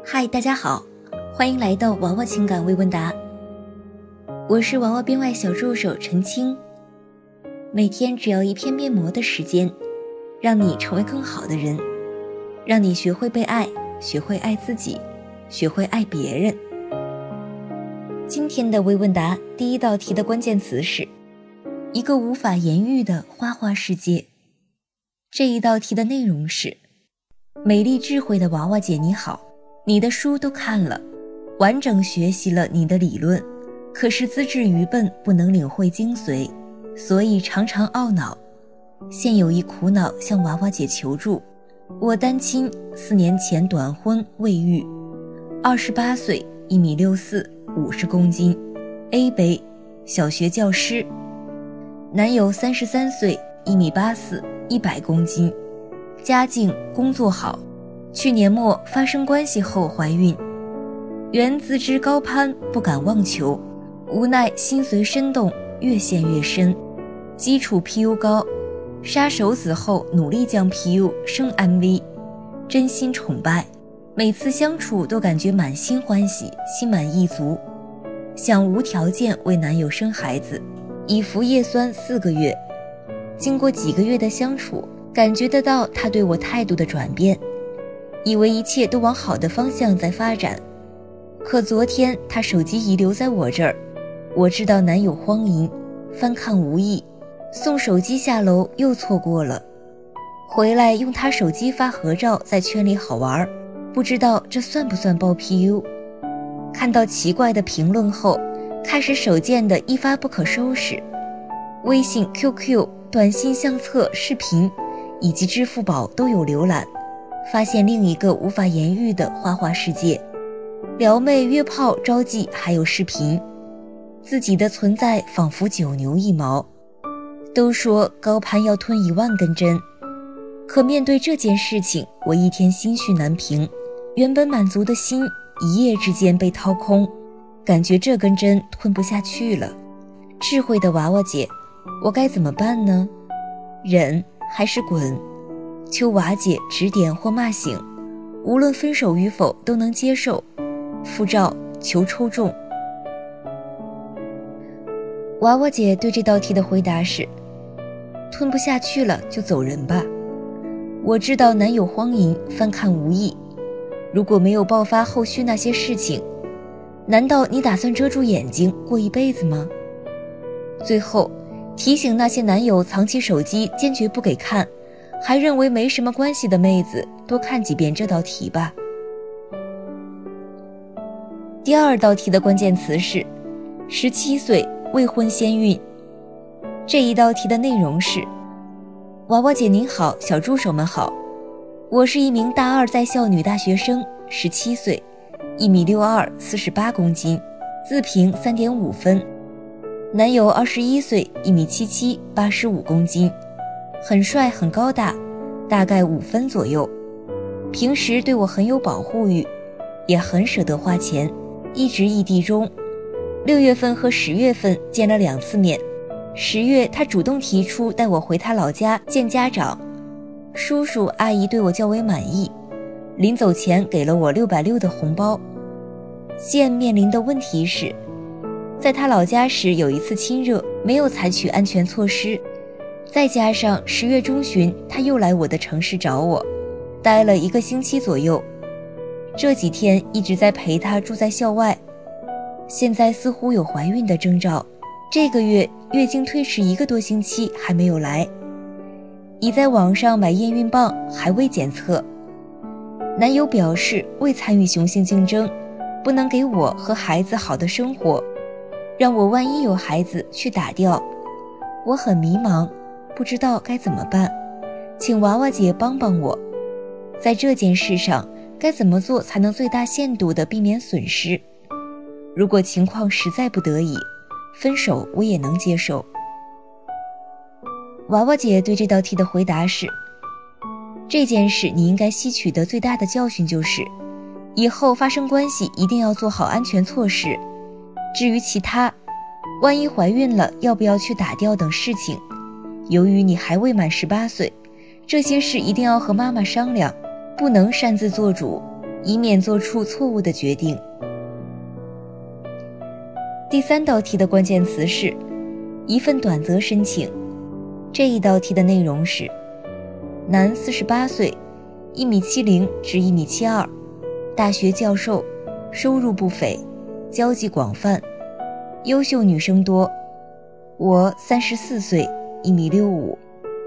嗨，大家好，欢迎来到娃娃情感微问答。我是娃娃编外小助手陈青，每天只要一片面膜的时间，让你成为更好的人，让你学会被爱，学会爱自己，学会爱别人。今天的微问答第一道题的关键词是一个无法言喻的花花世界。这一道题的内容是：美丽智慧的娃娃姐你好，你的书都看了，完整学习了你的理论，可是资质愚笨，不能领会精髓，所以常常懊恼。现有一苦恼向娃娃姐求助。我单亲，4年前短婚未育，28岁，1.64米，50公斤，A 杯，小学教师。男友33岁，1.84米，100公斤，家境工作好，去年末发生关系后怀孕，原自知高攀，不敢妄求，无奈心随身动，越陷越深，基础 PU 高，杀手子后努力降 PU 升 MV， 真心崇拜，每次相处都感觉满心欢喜，心满意足，想无条件为男友生孩子，已服叶酸4个月。经过几个月的相处，感觉得到他对我态度的转变，以为一切都往好的方向在发展。可昨天他手机遗留在我这儿，我知道男友荒淫，翻看无益，送手机下楼又错过了，回来用他手机发合照在圈里好玩，不知道这算不算爆 PU。 看到奇怪的评论后，开始手贱的一发不可收拾，微信 QQ 短信相册视频以及支付宝都有浏览，发现另一个无法言喻的花花世界，撩妹约炮招妓还有视频，自己的存在仿佛九牛一毛。都说高攀要吞1万根针，可面对这件事情，我一天心绪难平，原本满足的心一夜之间被掏空，感觉这根针吞不下去了。智慧的娃娃姐，我该怎么办呢？忍还是滚？求娃姐指点或骂醒，无论分手与否都能接受。附照求抽中。娃娃姐对这道题的回答是：吞不下去了就走人吧。我知道男友荒淫，翻看无益，如果没有爆发后续那些事情，难道你打算遮住眼睛过一辈子吗？最后提醒那些男友藏起手机坚决不给看，还认为没什么关系的妹子，多看几遍这道题吧。第二道题的关键词是17岁未婚先孕。这一道题的内容是：娃娃姐您好，小助手们好，我是一名大2在校女大学生，17岁，1.62米，48公斤，自评3.5分。男友21岁，1.77米，85公斤，很帅很高大，大概5分左右，平时对我很有保护欲，也很舍得花钱，一直异地中。6月份和10月份见了2次面，10月他主动提出带我回他老家见家长，叔叔阿姨对我较为满意，临走前给了我660的红包。现面临的问题是，在他老家时有一次亲热，没有采取安全措施，再加上10月中旬他又来我的城市找我，待了1个星期左右，这几天一直在陪他住在校外，现在似乎有怀孕的征兆，这个月月经推迟1个多星期还没有来，已在网上买验孕棒，还未检测。男友表示未参与雄性竞争，不能给我和孩子好的生活，让我万一有孩子去打掉。我很迷茫，不知道该怎么办，请娃娃姐帮帮我，在这件事上该怎么做才能最大限度地避免损失？如果情况实在不得已，分手我也能接受。娃娃姐对这道题的回答是：这件事你应该吸取的最大的教训就是，以后发生关系一定要做好安全措施。至于其他，万一怀孕了要不要去打掉等事情，由于你还未满18岁，这些事一定要和妈妈商量，不能擅自做主， 以免做出错误的决定。第3道题的关键词是一份短则申请。这一道题的内容是：男48岁，1.70至1.72米，大学教授，收入不菲，交际广泛，优秀女生多。我34岁，1.65米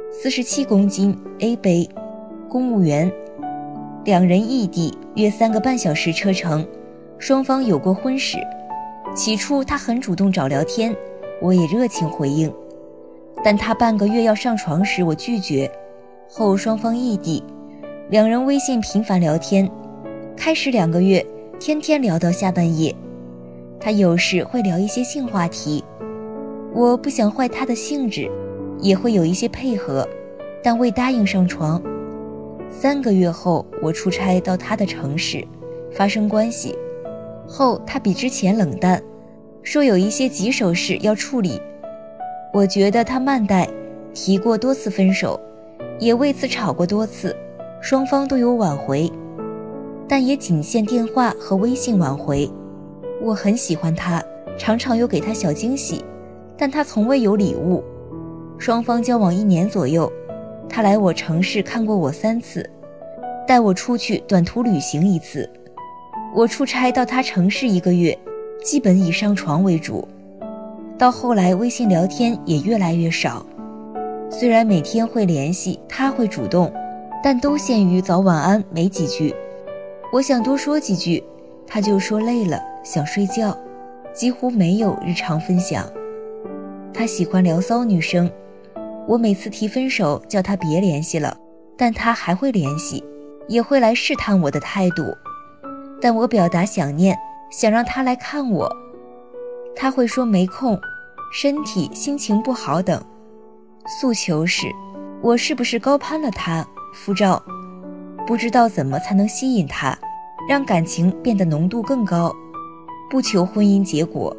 ，47公斤，A 杯，公务员，两人异地，约3个半小时车程，双方有过婚史。起初他很主动找聊天，我也热情回应，但他半个月要上床时我拒绝。后双方异地，两人微信频繁聊天，开始2个月天天聊到下半夜。他有时会聊一些性话题，我不想坏他的兴致，也会有一些配合，但未答应上床。3个月后，我出差到他的城市，发生关系后，他比之前冷淡，说有一些棘手事要处理。我觉得他慢待，提过多次分手，也为此吵过多次，双方都有挽回，但也仅限电话和微信挽回。我很喜欢他，常常有给他小惊喜，但他从未有礼物。双方交往1年左右，他来我城市看过我3次，带我出去短途旅行1次。我出差到他城市1个月，基本以上床为主。到后来微信聊天也越来越少，虽然每天会联系，他会主动，但都限于早晚安没几句。我想多说几句，他就说累了，想睡觉，几乎没有日常分享。他喜欢聊骚女生，我每次提分手叫他别联系了，但他还会联系，也会来试探我的态度。但我表达想念，想让他来看我，他会说没空，身体心情不好等。诉求是我是不是高攀了他，附照，不知道怎么才能吸引他，让感情变得浓度更高，不求婚姻结果。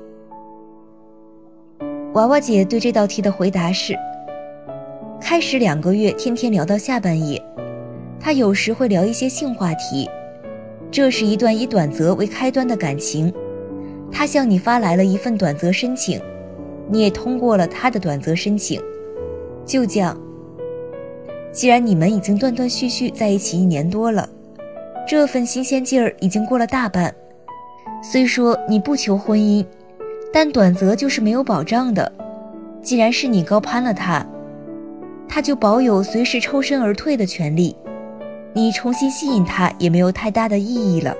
娃娃姐对这道题的回答是：开始2个月天天聊到下半夜，他有时会聊一些性话题，这是一段以短则为开端的感情。他向你发来了一份短则申请，你也通过了他的短则申请。就这样，既然你们已经断断续续在一起1年多了，这份新鲜劲儿已经过了大半。虽说你不求婚姻，但短则就是没有保障的。既然是你高攀了他，他就保有随时抽身而退的权利，你重新吸引他也没有太大的意义了。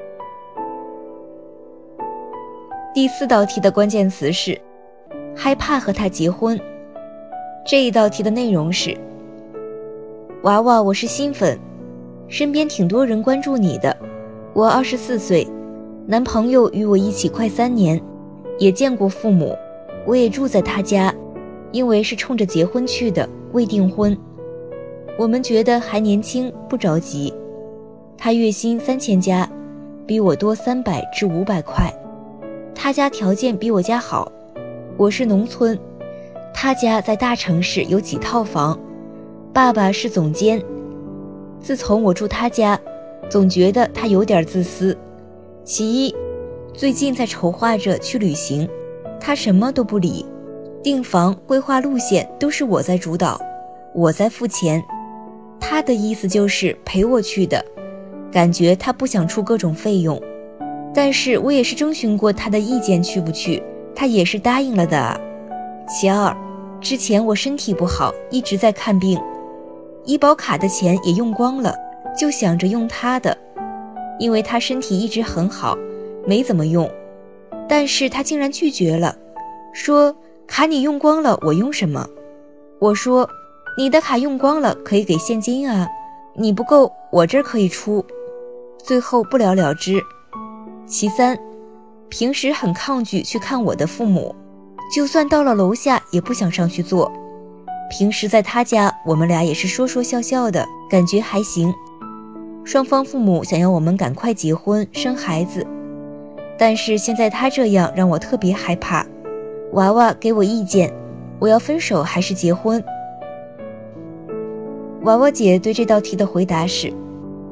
第4道题的关键词是害怕和他结婚。这一道题的内容是：娃娃，我是新粉，身边挺多人关注你的。我24岁，男朋友与我一起快3年，也见过父母，我也住在他家，因为是冲着结婚去的，未订婚。我们觉得还年轻，不着急。他月薪3000加，比我多300至500块。他家条件比我家好，我是农村，他家在大城市有几套房，爸爸是总监。自从我住他家，总觉得他有点自私。其一，最近在筹划着去旅行，他什么都不理，订房、规划路线都是我在主导，我在付钱。他的意思就是陪我去的，感觉他不想出各种费用。但是我也是征询过他的意见去不去，他也是答应了的。其二，之前我身体不好，一直在看病，医保卡的钱也用光了，就想着用他的，因为他身体一直很好，没怎么用。但是他竟然拒绝了，说卡你用光了，我用什么？我说你的卡用光了可以给现金啊，你不够我这儿可以出。最后不了了之。其三，平时很抗拒去看我的父母，就算到了楼下也不想上去坐。平时在他家，我们俩也是说说笑笑的，感觉还行。双方父母想要我们赶快结婚生孩子，但是现在他这样让我特别害怕。娃娃给我意见，我要分手还是结婚？娃娃姐对这道题的回答是：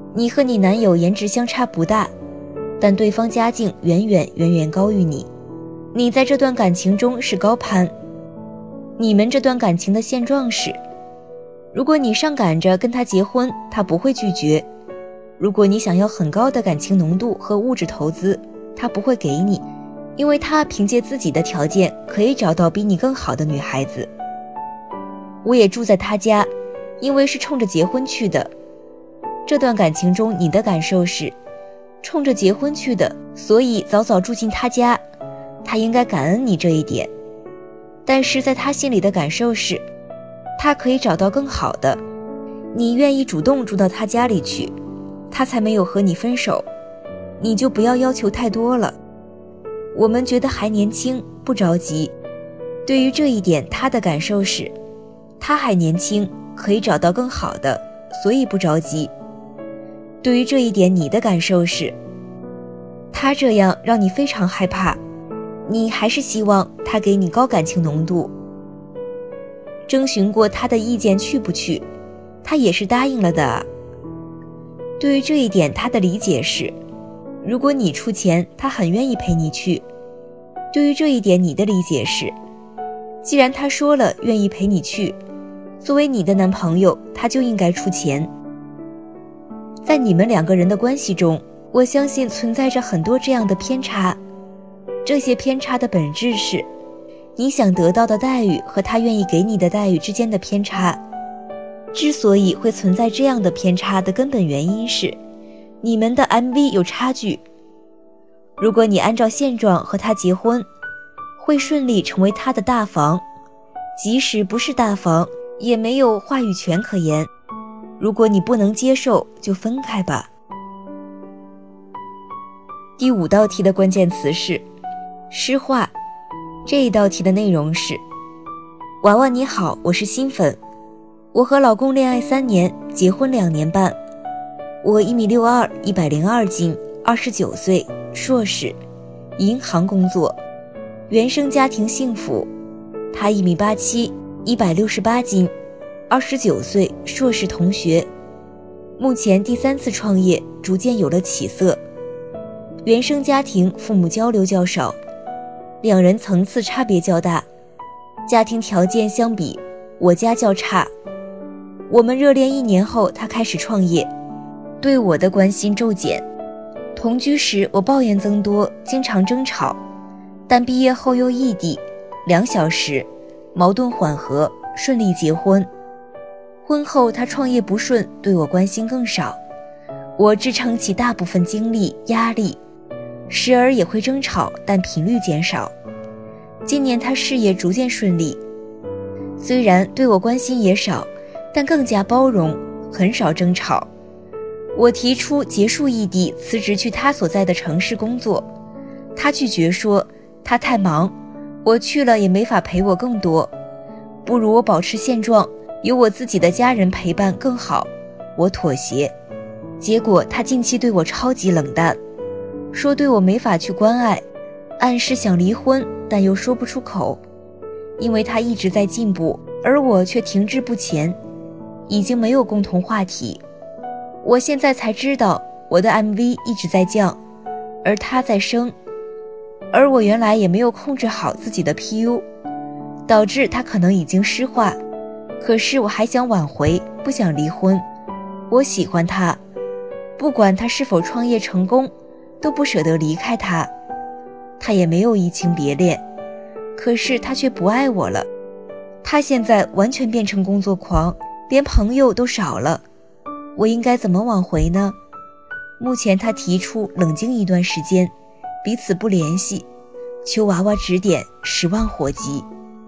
你和你男友颜值相差不大，但对方家境远远高于你，你在这段感情中是高攀。你们这段感情的现状是，如果你上赶着跟他结婚，他不会拒绝；如果你想要很高的感情浓度和物质投资，他不会给你，因为他凭借自己的条件可以找到比你更好的女孩子。我也住在他家，因为是冲着结婚去的。这段感情中你的感受是冲着结婚去的，所以早早住进他家，他应该感恩你这一点。但是在他心里的感受是，他可以找到更好的，你愿意主动住到他家里去，他才没有和你分手，你就不要要求太多了。我们觉得还年轻，不着急。对于这一点，他的感受是，他还年轻，可以找到更好的，所以不着急。对于这一点，你的感受是，他这样让你非常害怕，你还是希望他给你高感情浓度。征询过他的意见去不去，他也是答应了的。对于这一点，他的理解是，如果你出钱，他很愿意陪你去。对于这一点，你的理解是，既然他说了愿意陪你去，作为你的男朋友，他就应该出钱。在你们两个人的关系中，我相信存在着很多这样的偏差。这些偏差的本质是，你想得到的待遇和他愿意给你的待遇之间的偏差。之所以会存在这样的偏差的根本原因是，你们的 MV 有差距。如果你按照现状和他结婚，会顺利成为他的大房，即使不是大房，也没有话语权可言。如果你不能接受，就分开吧。第5道题的关键词是诗画。这一道题的内容是：娃娃你好，我是新粉，我和老公恋爱3年，结婚2年半，我1.62米，102斤，29岁，硕士，银行工作，原生家庭幸福。他1.87米，168斤，29岁，硕士同学，目前第3次创业，逐渐有了起色。原生家庭父母交流较少，两人层次差别较大，家庭条件相比我家较差。我们热恋1年后，他开始创业，对我的关心骤减。同居时我抱怨增多，经常争吵，但毕业后又异地，2小时，矛盾缓和，顺利结婚。婚后他创业不顺，对我关心更少，我支撑起大部分精力压力，时而也会争吵，但频率减少。今年他事业逐渐顺利，虽然对我关心也少，但更加包容，很少争吵。我提出结束异地，辞职去他所在的城市工作，他拒绝说他太忙，我去了也没法陪我更多，不如我保持现状，有我自己的家人陪伴更好，我妥协。结果他近期对我超级冷淡，说对我没法去关爱，暗示想离婚，但又说不出口。因为他一直在进步，而我却停滞不前，已经没有共同话题。我现在才知道，我的 MV 一直在降，而他在升，而我原来也没有控制好自己的 PU， 导致他可能已经失化。可是我还想挽回，不想离婚。我喜欢他，不管他是否创业成功，都不舍得离开他。他也没有移情别恋，可是他却不爱我了。他现在完全变成工作狂，连朋友都少了。我应该怎么挽回呢？目前他提出冷静一段时间，彼此不联系，求娃娃指点，10万火急。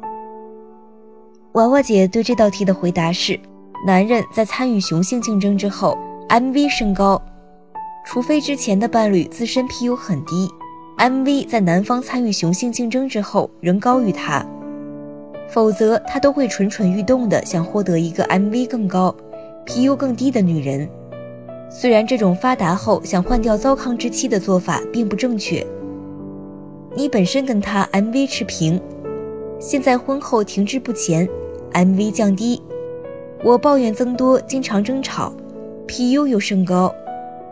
娃娃姐对这道题的回答是：男人在参与雄性竞争之后 MV 升高，除非之前的伴侣自身 PU 很低， MV 在男方参与雄性竞争之后仍高于他，否则他都会蠢蠢欲动地想获得一个 MV 更高 PU 更低的女人。虽然这种发达后想换掉糟糠之妻的做法并不正确，你本身跟他 MV 持平，现在婚后停滞不前， MV 降低，我抱怨增多，经常争吵， PU 又升高，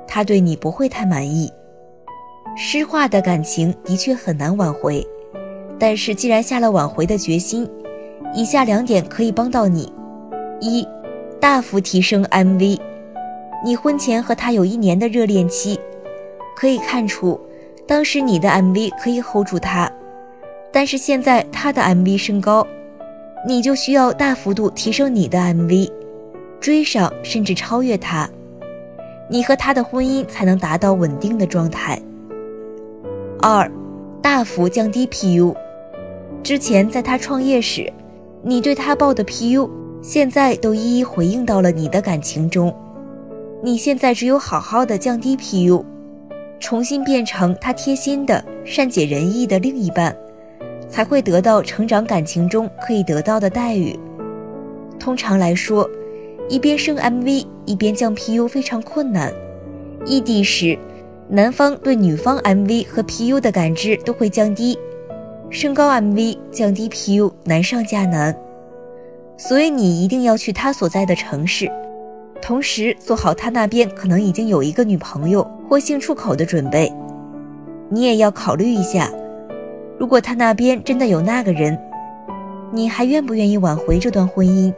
他对你不会太满意。失化的感情的确很难挽回，但是既然下了挽回的决心，以下2点可以帮到你。1、大幅提升 MV。 你婚前和他有1年的热恋期，可以看出当时你的 MV 可以 hold 住他，但是现在他的 MV 升高，你就需要大幅度提升你的 MV， 追上甚至超越他，你和他的婚姻才能达到稳定的状态。2、大幅降低 PU。 之前在他创业时，你对他报的 PU 现在都一一回应到了你的感情中，你现在只有好好的降低 PU， 重新变成他贴心的善解人意的另一半，才会得到成长感情中可以得到的待遇。通常来说，一边升 MV 一边降 PU 非常困难，异地时男方对女方 MV 和 PU 的感知都会降低，升高 MV 降低 PU 难上加难，所以你一定要去他所在的城市，同时做好他那边可能已经有一个女朋友或性出口的准备。你也要考虑一下，如果他那边真的有那个人，你还愿不愿意挽回这段婚姻？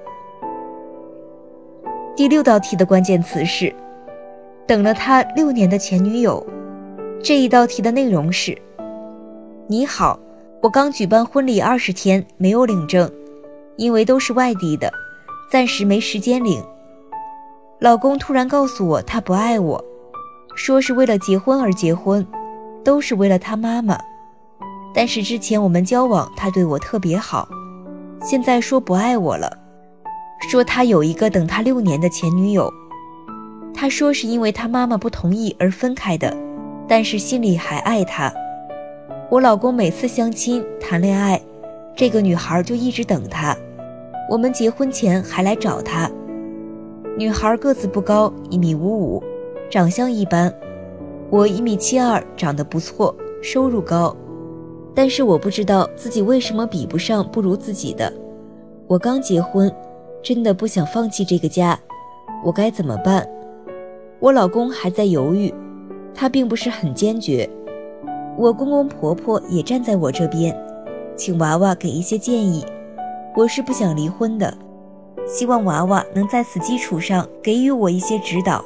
第6道题的关键词是等了他6年的前女友。这一道题的内容是：你好，我刚举办婚礼20天没有领证，因为都是外地的，暂时没时间领。老公突然告诉我他不爱我，说是为了结婚而结婚，都是为了他妈妈。但是之前我们交往他对我特别好，现在说不爱我了，说他有一个等他6年的前女友。他说是因为他妈妈不同意而分开的，但是心里还爱他。我老公每次相亲谈恋爱，这个女孩就一直等他，我们结婚前还来找他。女孩个子不高，1.55米，长相一般，我1.72米，长得不错，收入高，但是我不知道自己为什么比不上不如自己的。我刚结婚，真的不想放弃这个家，我该怎么办？我老公还在犹豫，他并不是很坚决。我公公婆婆也站在我这边，请娃娃给一些建议。我是不想离婚的，希望娃娃能在此基础上给予我一些指导。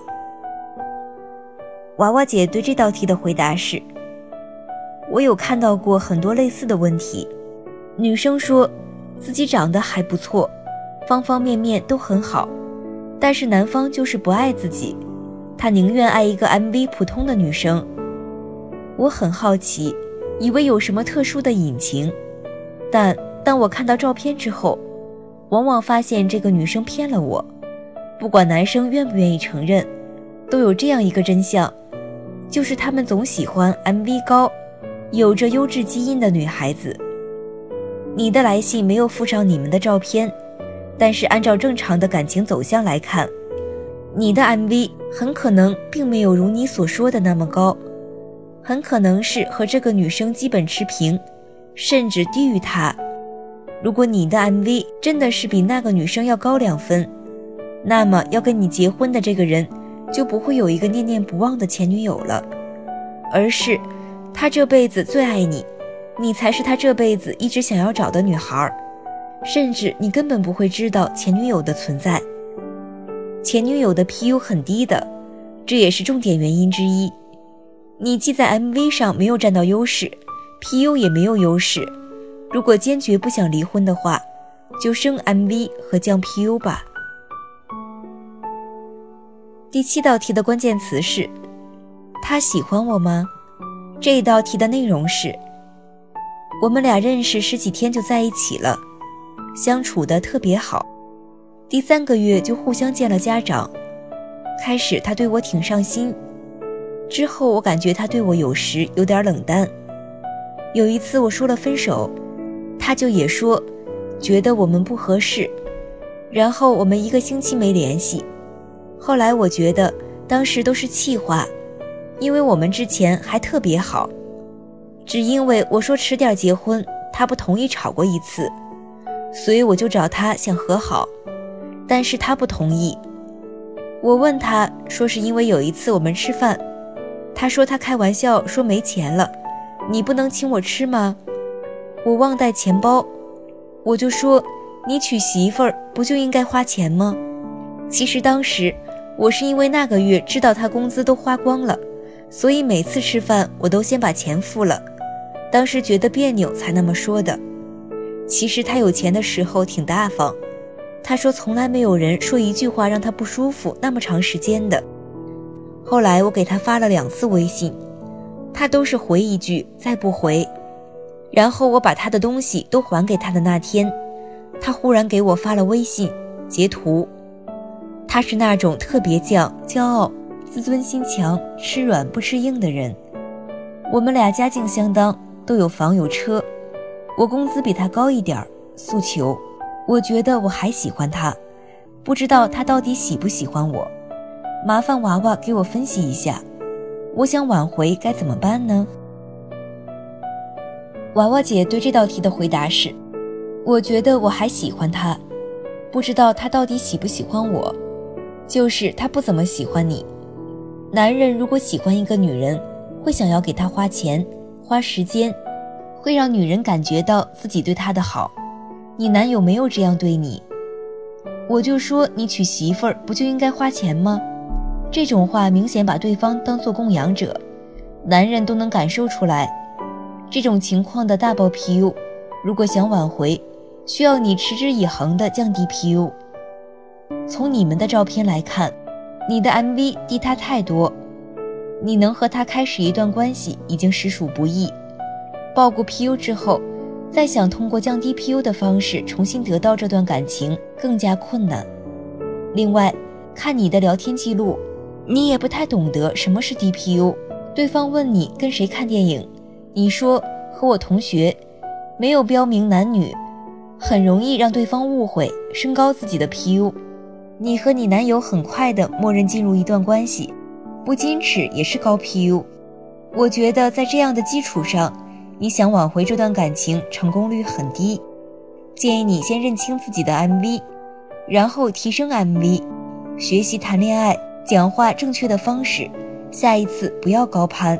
娃娃姐对这道题的回答是：我有看到过很多类似的问题，女生说自己长得还不错，方方面面都很好，但是男方就是不爱自己，他宁愿爱一个 MV 普通的女生。我很好奇，以为有什么特殊的隐情，但当我看到照片之后，往往发现这个女生骗了我。不管男生愿不愿意承认，都有这样一个真相，就是他们总喜欢 MV 高、有着优质基因的女孩子。你的来信没有附上你们的照片，但是按照正常的感情走向来看，你的 MV 很可能并没有如你所说的那么高，很可能是和这个女生基本持平，甚至低于她。如果你的 MV 真的是比那个女生要高2分，那么要跟你结婚的这个人就不会有一个念念不忘的前女友了，而是他这辈子最爱你，你才是他这辈子一直想要找的女孩，甚至你根本不会知道前女友的存在。前女友的 PU 很低的，这也是重点原因之一。你既在 MV 上没有占到优势， PU 也没有优势，如果坚决不想离婚的话，就升 MV 和降 PU 吧。第7道题的关键词是他喜欢我吗？这一道题的内容是我们俩认识10几天就在一起了，相处得特别好，第3个月就互相见了家长。开始他对我挺上心，之后我感觉他对我有时有点冷淡。有一次我说了分手，他就也说觉得我们不合适，然后我们1个星期没联系。后来我觉得当时都是气话，因为我们之前还特别好，只因为我说迟点结婚，他不同意吵过一次，所以我就找他想和好，但是他不同意。 我问他说是因为有一次我们吃饭，他说他开玩笑说没钱了，你不能请我吃吗？我忘带钱包，我就说你娶媳妇儿不就应该花钱吗？其实当时我是因为那个月知道他工资都花光了，所以每次吃饭我都先把钱付了，当时觉得别扭才那么说的。其实他有钱的时候挺大方，他说从来没有人说一句话让他不舒服那么长时间的。后来我给他发了2次微信，他都是回一句再不回。然后我把他的东西都还给他的那天，他忽然给我发了微信截图。他是那种特别犟、骄傲、自尊心强、吃软不吃硬的人。我们俩家境相当，都有房有车，我工资比他高一点，诉求我觉得我还喜欢他，不知道他到底喜不喜欢我，麻烦娃娃给我分析一下，我想挽回该怎么办呢？娃娃姐对这道题的回答是，我觉得我还喜欢他，不知道他到底喜不喜欢我，就是他不怎么喜欢你。男人如果喜欢一个女人，会想要给她花钱花时间，会让女人感觉到自己对她的好。你男友没有这样对你，我就说你娶媳妇儿不就应该花钱吗？这种话明显把对方当作供养者，男人都能感受出来。这种情况的大爆 PU， 如果想挽回，需要你持之以恒地降低 PU。 从你们的照片来看，你的 MV 低他太多，你能和他开始一段关系已经实属不易，爆过 PU 之后，再想通过降低 PU 的方式重新得到这段感情更加困难。另外，看你的聊天记录，你也不太懂得什么是低 PU。 对方问你跟谁看电影，你说和我同学，没有标明男女，很容易让对方误会，升高自己的 PU。 你和你男友很快的默认进入一段关系，不矜持也是高 PU。 我觉得在这样的基础上，你想挽回这段感情成功率很低。建议你先认清自己的 MV， 然后提升 MV， 学习谈恋爱讲话正确的方式，下一次不要高攀。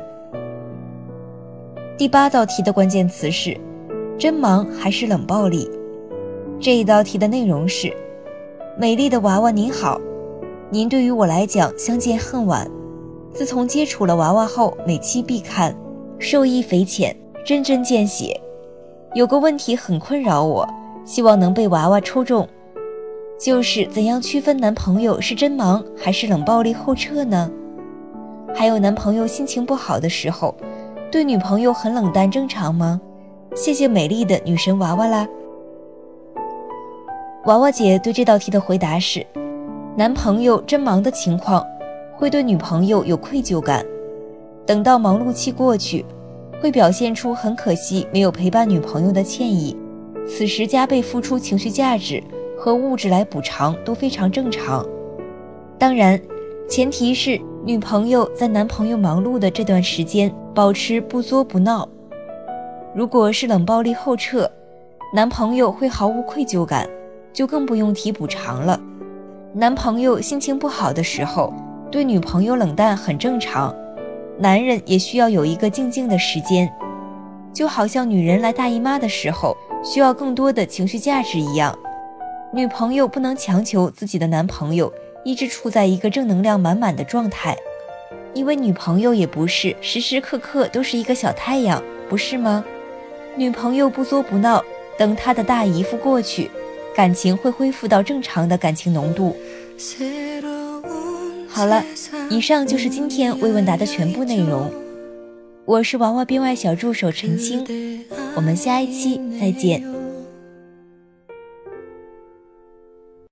第8道题的关键词是真忙还是冷暴力。这一道题的内容是，美丽的娃娃您好，您对于我来讲相见恨晚，自从接触了娃娃后每期必看，受益匪浅，针针见血。有个问题很困扰我，希望能被娃娃抽中，就是怎样区分男朋友是真忙还是冷暴力后撤呢？还有男朋友心情不好的时候，对女朋友很冷淡正常吗？谢谢美丽的女神娃娃啦。娃娃姐对这道题的回答是，男朋友真忙的情况会对女朋友有愧疚感，等到忙碌期过去，会表现出很可惜没有陪伴女朋友的歉意，此时加倍付出情绪价值和物质来补偿都非常正常。当然，前提是女朋友在男朋友忙碌的这段时间保持不作不闹。如果是冷暴力后撤，男朋友会毫无愧疚感，就更不用提补偿了。男朋友心情不好的时候，对女朋友冷淡很正常，男人也需要有一个静静的时间，就好像女人来大姨妈的时候需要更多的情绪价值一样。女朋友不能强求自己的男朋友一直处在一个正能量满满的状态，因为女朋友也不是时时刻刻都是一个小太阳，不是吗？女朋友不作不闹，等她的大姨夫过去，感情会恢复到正常的感情浓度。好了，以上就是今天微问答的全部内容。我是娃娃编外小助手陈青，我们下一期再见。